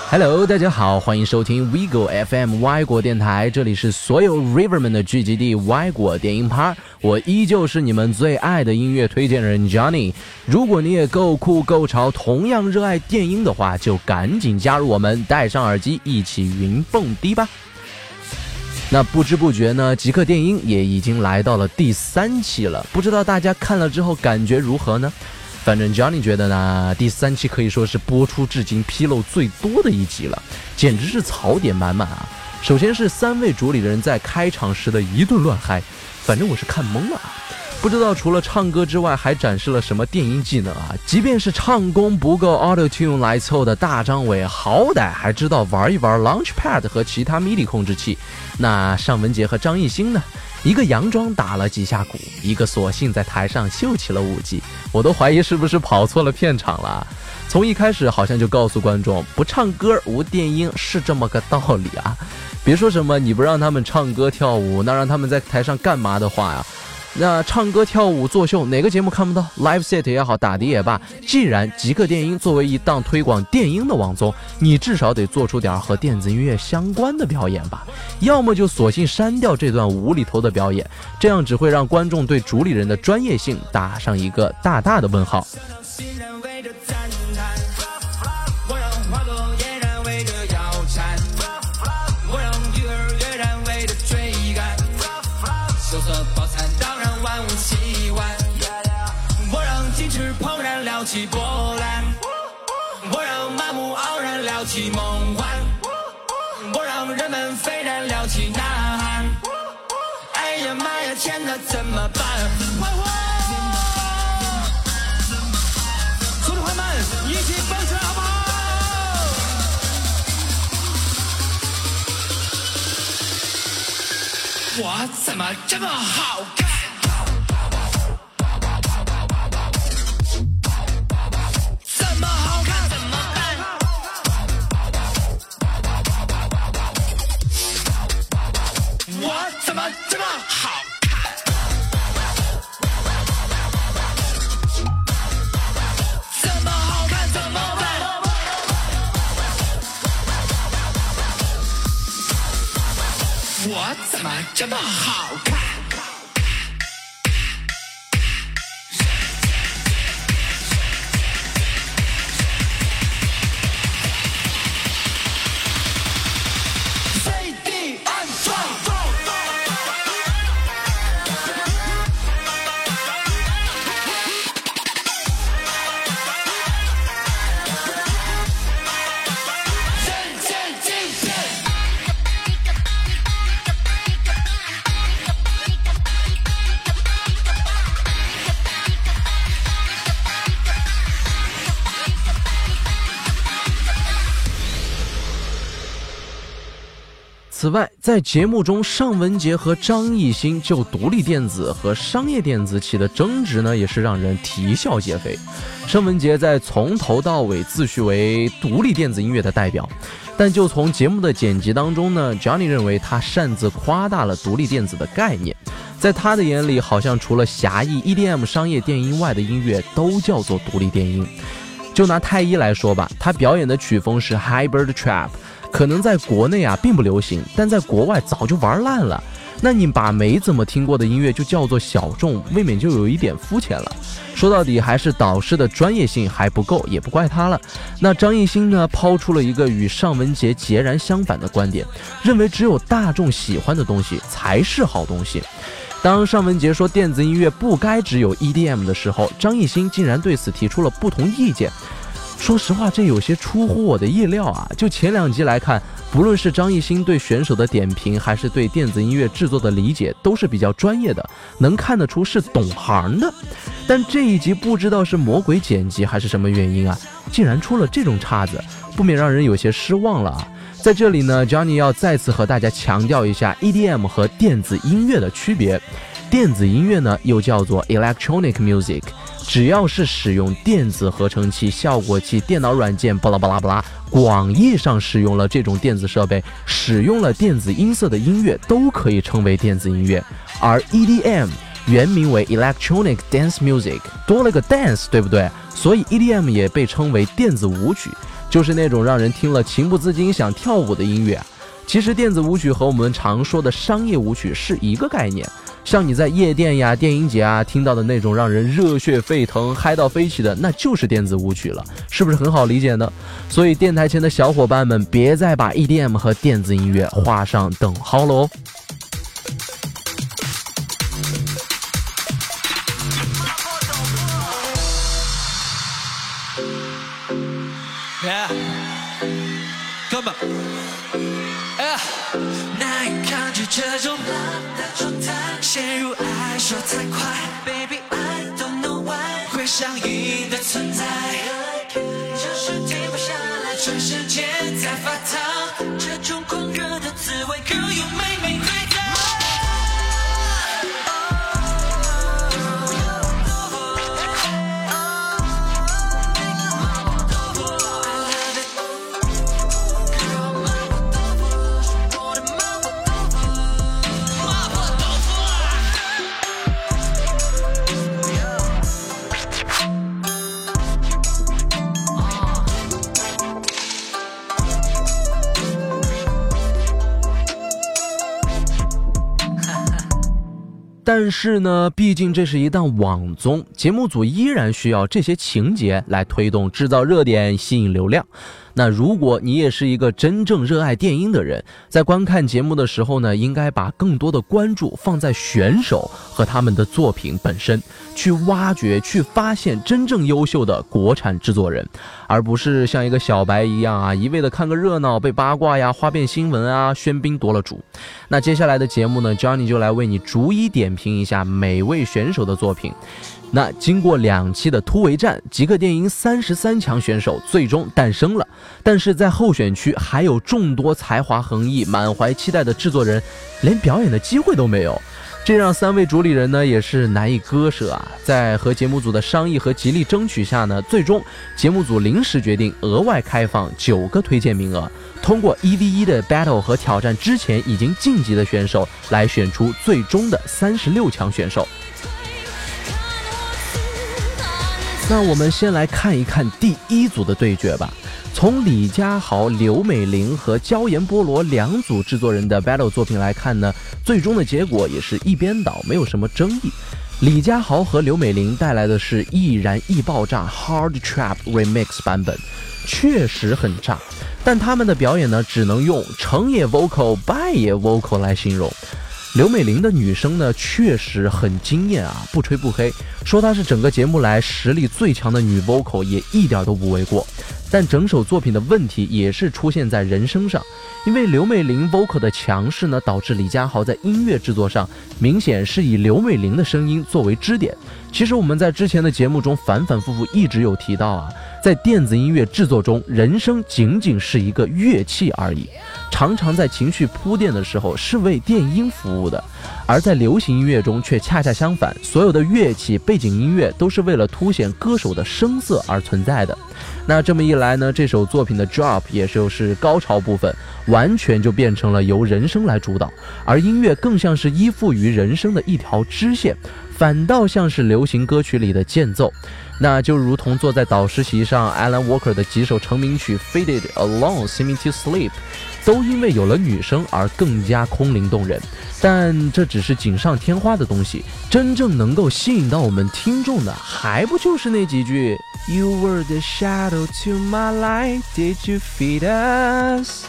Hello， 大家好，欢迎收听 WeGo FM 歪果电台，这里是所有 Riverman 的聚集地歪果电音趴，我依旧是你们最爱的音乐推荐人 Johnny。如果你也够酷够潮，同样热爱电音的话，就赶紧加入我们，戴上耳机一起云蹦迪吧。那不知不觉呢，极客电音也已经来到了第3期了，不知道大家看了之后感觉如何呢？反正 Johnny 觉得呢，第3期可以说是播出至今纰漏最多的一集了，简直是槽点满满啊！首先是3位主理人在开场时的一顿乱嗨，反正我是看懵了啊！不知道除了唱歌之外还展示了什么电音技能啊？即便是唱功不够 Auto-Tune 来凑的大张伟，好歹还知道玩一玩 Launchpad 和其他 MIDI 控制器。那尚雯婕和张艺兴呢？一个佯装打了几下鼓，一个索性在台上秀起了舞技，我都怀疑是不是跑错了片场了。从一开始好像就告诉观众，不唱歌无电音是这么个道理啊！别说什么你不让他们唱歌跳舞，那让他们在台上干嘛的话呀？那唱歌跳舞作秀哪个节目看不到？ Live set 也好，打碟也罢，既然极客电音作为一档推广电音的网综，你至少得做出点和电子音乐相关的表演吧，要么就索性删掉这段无厘头的表演，这样只会让观众对主理人的专业性打上一个大大的问号。 起波澜，我让麻木傲然撩起梦幻，我让人们非然撩起呐喊。哎呀妈呀，天哪，怎么办？快活！速度缓慢，一起蹦起来好不好？我怎么这么好看？怎么这么好看？怎么好看？怎么办？我怎么这么好看？ 此外，在节目中，尚雯婕和张艺兴就独立电子和商业电子起的争执呢，也是让人啼笑皆非。尚雯婕在从头到尾自诩为独立电子音乐的代表，但就从节目的剪辑当中呢 ，Johnny 认为他擅自夸大了独立电子的概念。在他的眼里，好像除了狭义 EDM 商业电音外的音乐都叫做独立电音。就拿太一来说吧，他表演的曲风是 Hybrid Trap。可能在国内啊并不流行，但在国外早就玩烂了。那你把没怎么听过的音乐就叫做小众，未免就有一点肤浅了。说到底还是导师的专业性还不够，也不怪他了。那张艺兴呢，抛出了一个与尚雯婕截然相反的观点，认为只有大众喜欢的东西才是好东西。当尚雯婕说电子音乐不该只有 EDM 的时候，张艺兴竟然对此提出了不同意见。说实话，这有些出乎我的意料啊！就前2集来看，不论是张艺兴对选手的点评，还是对电子音乐制作的理解，都是比较专业的，能看得出是懂行的。但这一集不知道是魔鬼剪辑还是什么原因啊，竟然出了这种岔子，不免让人有些失望了啊！在这里呢 ，Johnny 要再次和大家强调一下 EDM 和电子音乐的区别。电子音乐呢，又叫做 Electronic Music。只要是使用电子合成器、效果器、电脑软件，巴拉巴拉巴拉，广义上使用了这种电子设备，使用了电子音色的音乐，都可以称为电子音乐。而 EDM 原名为 Electronic Dance Music， 多了个 dance， 对不对？所以 EDM 也被称为电子舞曲。 就是那种让人听了情不自禁想跳舞的音乐啊。其实电子舞曲和我们常说的商业舞曲是一个概念，像你在夜店呀、电音节啊听到的那种让人热血沸腾、嗨到飞起的，那就是电子舞曲了，是不是很好理解呢？所以电台前的小伙伴们，别再把 EDM 和电子音乐画上等号喽。 难以抗拒这种浪的状态，陷入爱说太快 ，Baby I don't know why 会上瘾的存在，就是停不下来，全世界在发烫，这种狂热的滋味可有妹妹对待。 但是呢，毕竟这是一档网综，节目组依然需要这些情节来推动、制造热点、吸引流量。那如果你也是一个真正热爱电音的人，在观看节目的时候呢，应该把更多的关注放在选手和他们的作品本身，去挖掘、去发现真正优秀的国产制作人，而不是像一个小白一样啊，一味的看个热闹，被八卦呀、花边新闻啊、喧宾夺了主。那接下来的节目呢 ，Johnny 就来为你逐一点评一下每位选手的作品。那经过2期的突围战，极客电音33强选手最终诞生了，但是在候选区还有众多才华横溢、满怀期待的制作人，连表演的机会都没有，这让3位主理人呢也是难以割舍啊。在和节目组的商议和极力争取下呢，最终节目组临时决定额外开放9个推荐名额，通过1v1的 battle 和挑战之前已经晋级的选手，来选出最终的36强选手。那我们先来看一看第1组的对决吧。从李佳豪、刘美玲和椒盐菠萝2组制作人的 battle 作品来看呢，最终的结果也是一边倒，没有什么争议。李佳豪和刘美玲带来的是易燃易爆炸 Hard Trap Remix 版本，确实很炸，但他们的表演呢，只能用成也 vocal 败也 vocal 来形容。刘美玲的女声呢，确实很惊艳啊，不吹不黑，说她是整个节目来实力最强的女 vocal 也一点都不为过。但整首作品的问题也是出现在人声上，因为刘美玲 vocal 的强势呢，导致李佳豪在音乐制作上明显是以刘美玲的声音作为支点。其实我们在之前的节目中反反复复一直有提到啊，在电子音乐制作中，人声仅仅是一个乐器而已，常常在情绪铺垫的时候是为电音服务的，而在流行音乐中却恰恰相反，所有的乐器、背景音乐都是为了凸显歌手的声色而存在的。那这么一来呢，这首作品的 drop 也就是高潮部分，完全就变成了由人声来主导，而音乐更像是依附于人声的一条支线，反倒像是流行歌曲里的间奏。那就如同坐在导师席上 Alan Walker 的几首成名曲 Faded Alone See Me to Sleep 都因为有了女声而更加空灵动人，但这只是锦上添花的东西，真正能够吸引到我们听众的还不就是那几句 You were the shadow to my light Did you feed us。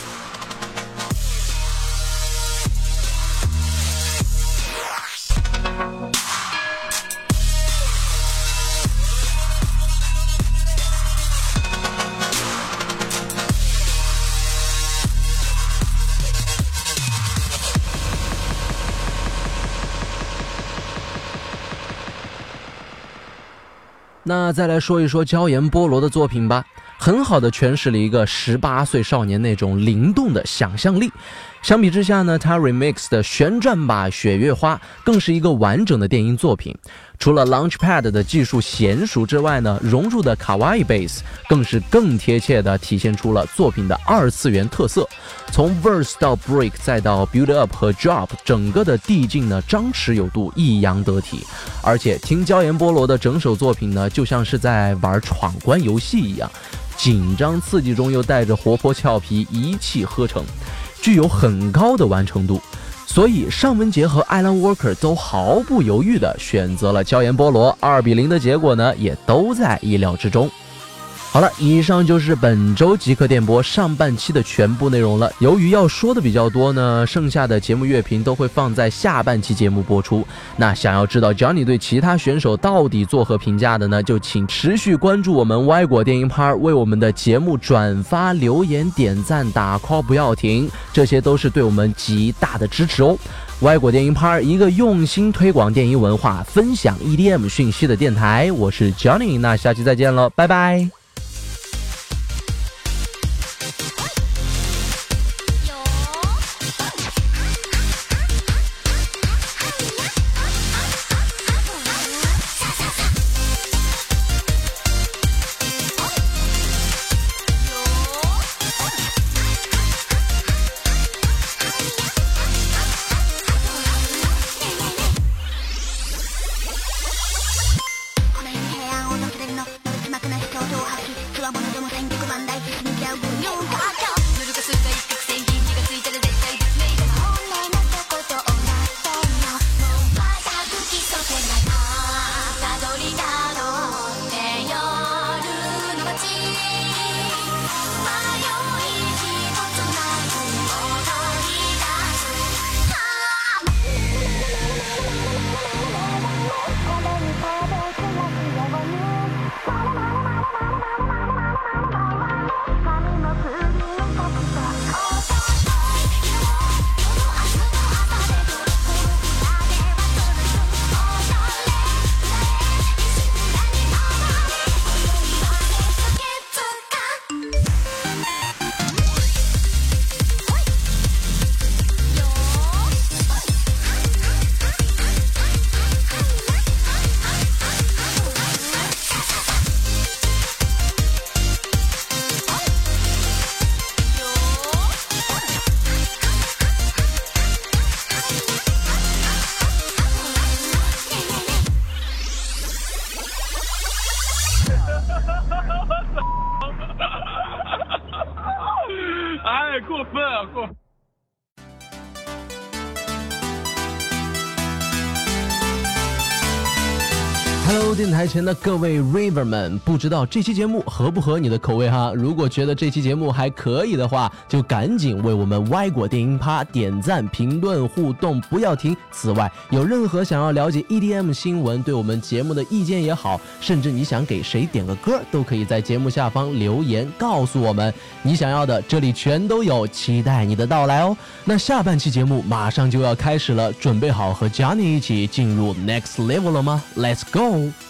那再来说一说椒盐菠萝的作品吧，很好的诠释了一个18岁少年那种灵动的想象力。 相比之下呢，他 remix 的旋转吧雪月花更是一个完整的电音作品。除了 Launchpad 的技术娴熟之外呢，融入的 Kawaii Bass 更是更贴切地体现出了作品的二次元特色。从 Verse 到 Break 再到 Build Up 和 Drop， 整个的递进呢张弛有度，抑扬得体。而且听椒盐菠萝的整首作品呢，就像是在玩闯关游戏一样，紧张刺激中又带着活泼俏皮，一气呵成，具有很高的完成度。所以尚雯婕和 Alan Walker 都毫不犹豫地选择了椒盐菠萝，2-0的结果呢也都在意料之中。好了，以上就是本周极客电波上半期的全部内容了。由于要说的比较多呢，剩下的节目乐评都会放在下半期节目播出。那想要知道 Johnny 对其他选手到底作何评价的呢，就请持续关注我们歪果电音趴，为我们的节目转发、留言、点赞、打 call 不要停，这些都是对我们极大的支持哦。歪果电音趴，一个用心推广电音文化、分享 EDM 讯息的电台，我是 Johnny， 那下期再见了，拜拜。 哎，过分啊，过分。 Hello， 电台前的各位 Raver 们，不知道这期节目合不合你的口味哈？如果觉得这期节目还可以的话，就赶紧为我们歪果电音趴点赞、评论、互动，不要停。此外，有任何想要了解 EDM 新闻、对我们节目的意见也好，甚至你想给谁点个歌，都可以在节目下方留言告诉我们。你想要的，这里全都有，期待你的到来哦。那下半期节目马上就要开始了，准备好和 Johnny 一起进入 Next Level 了吗？Let's go！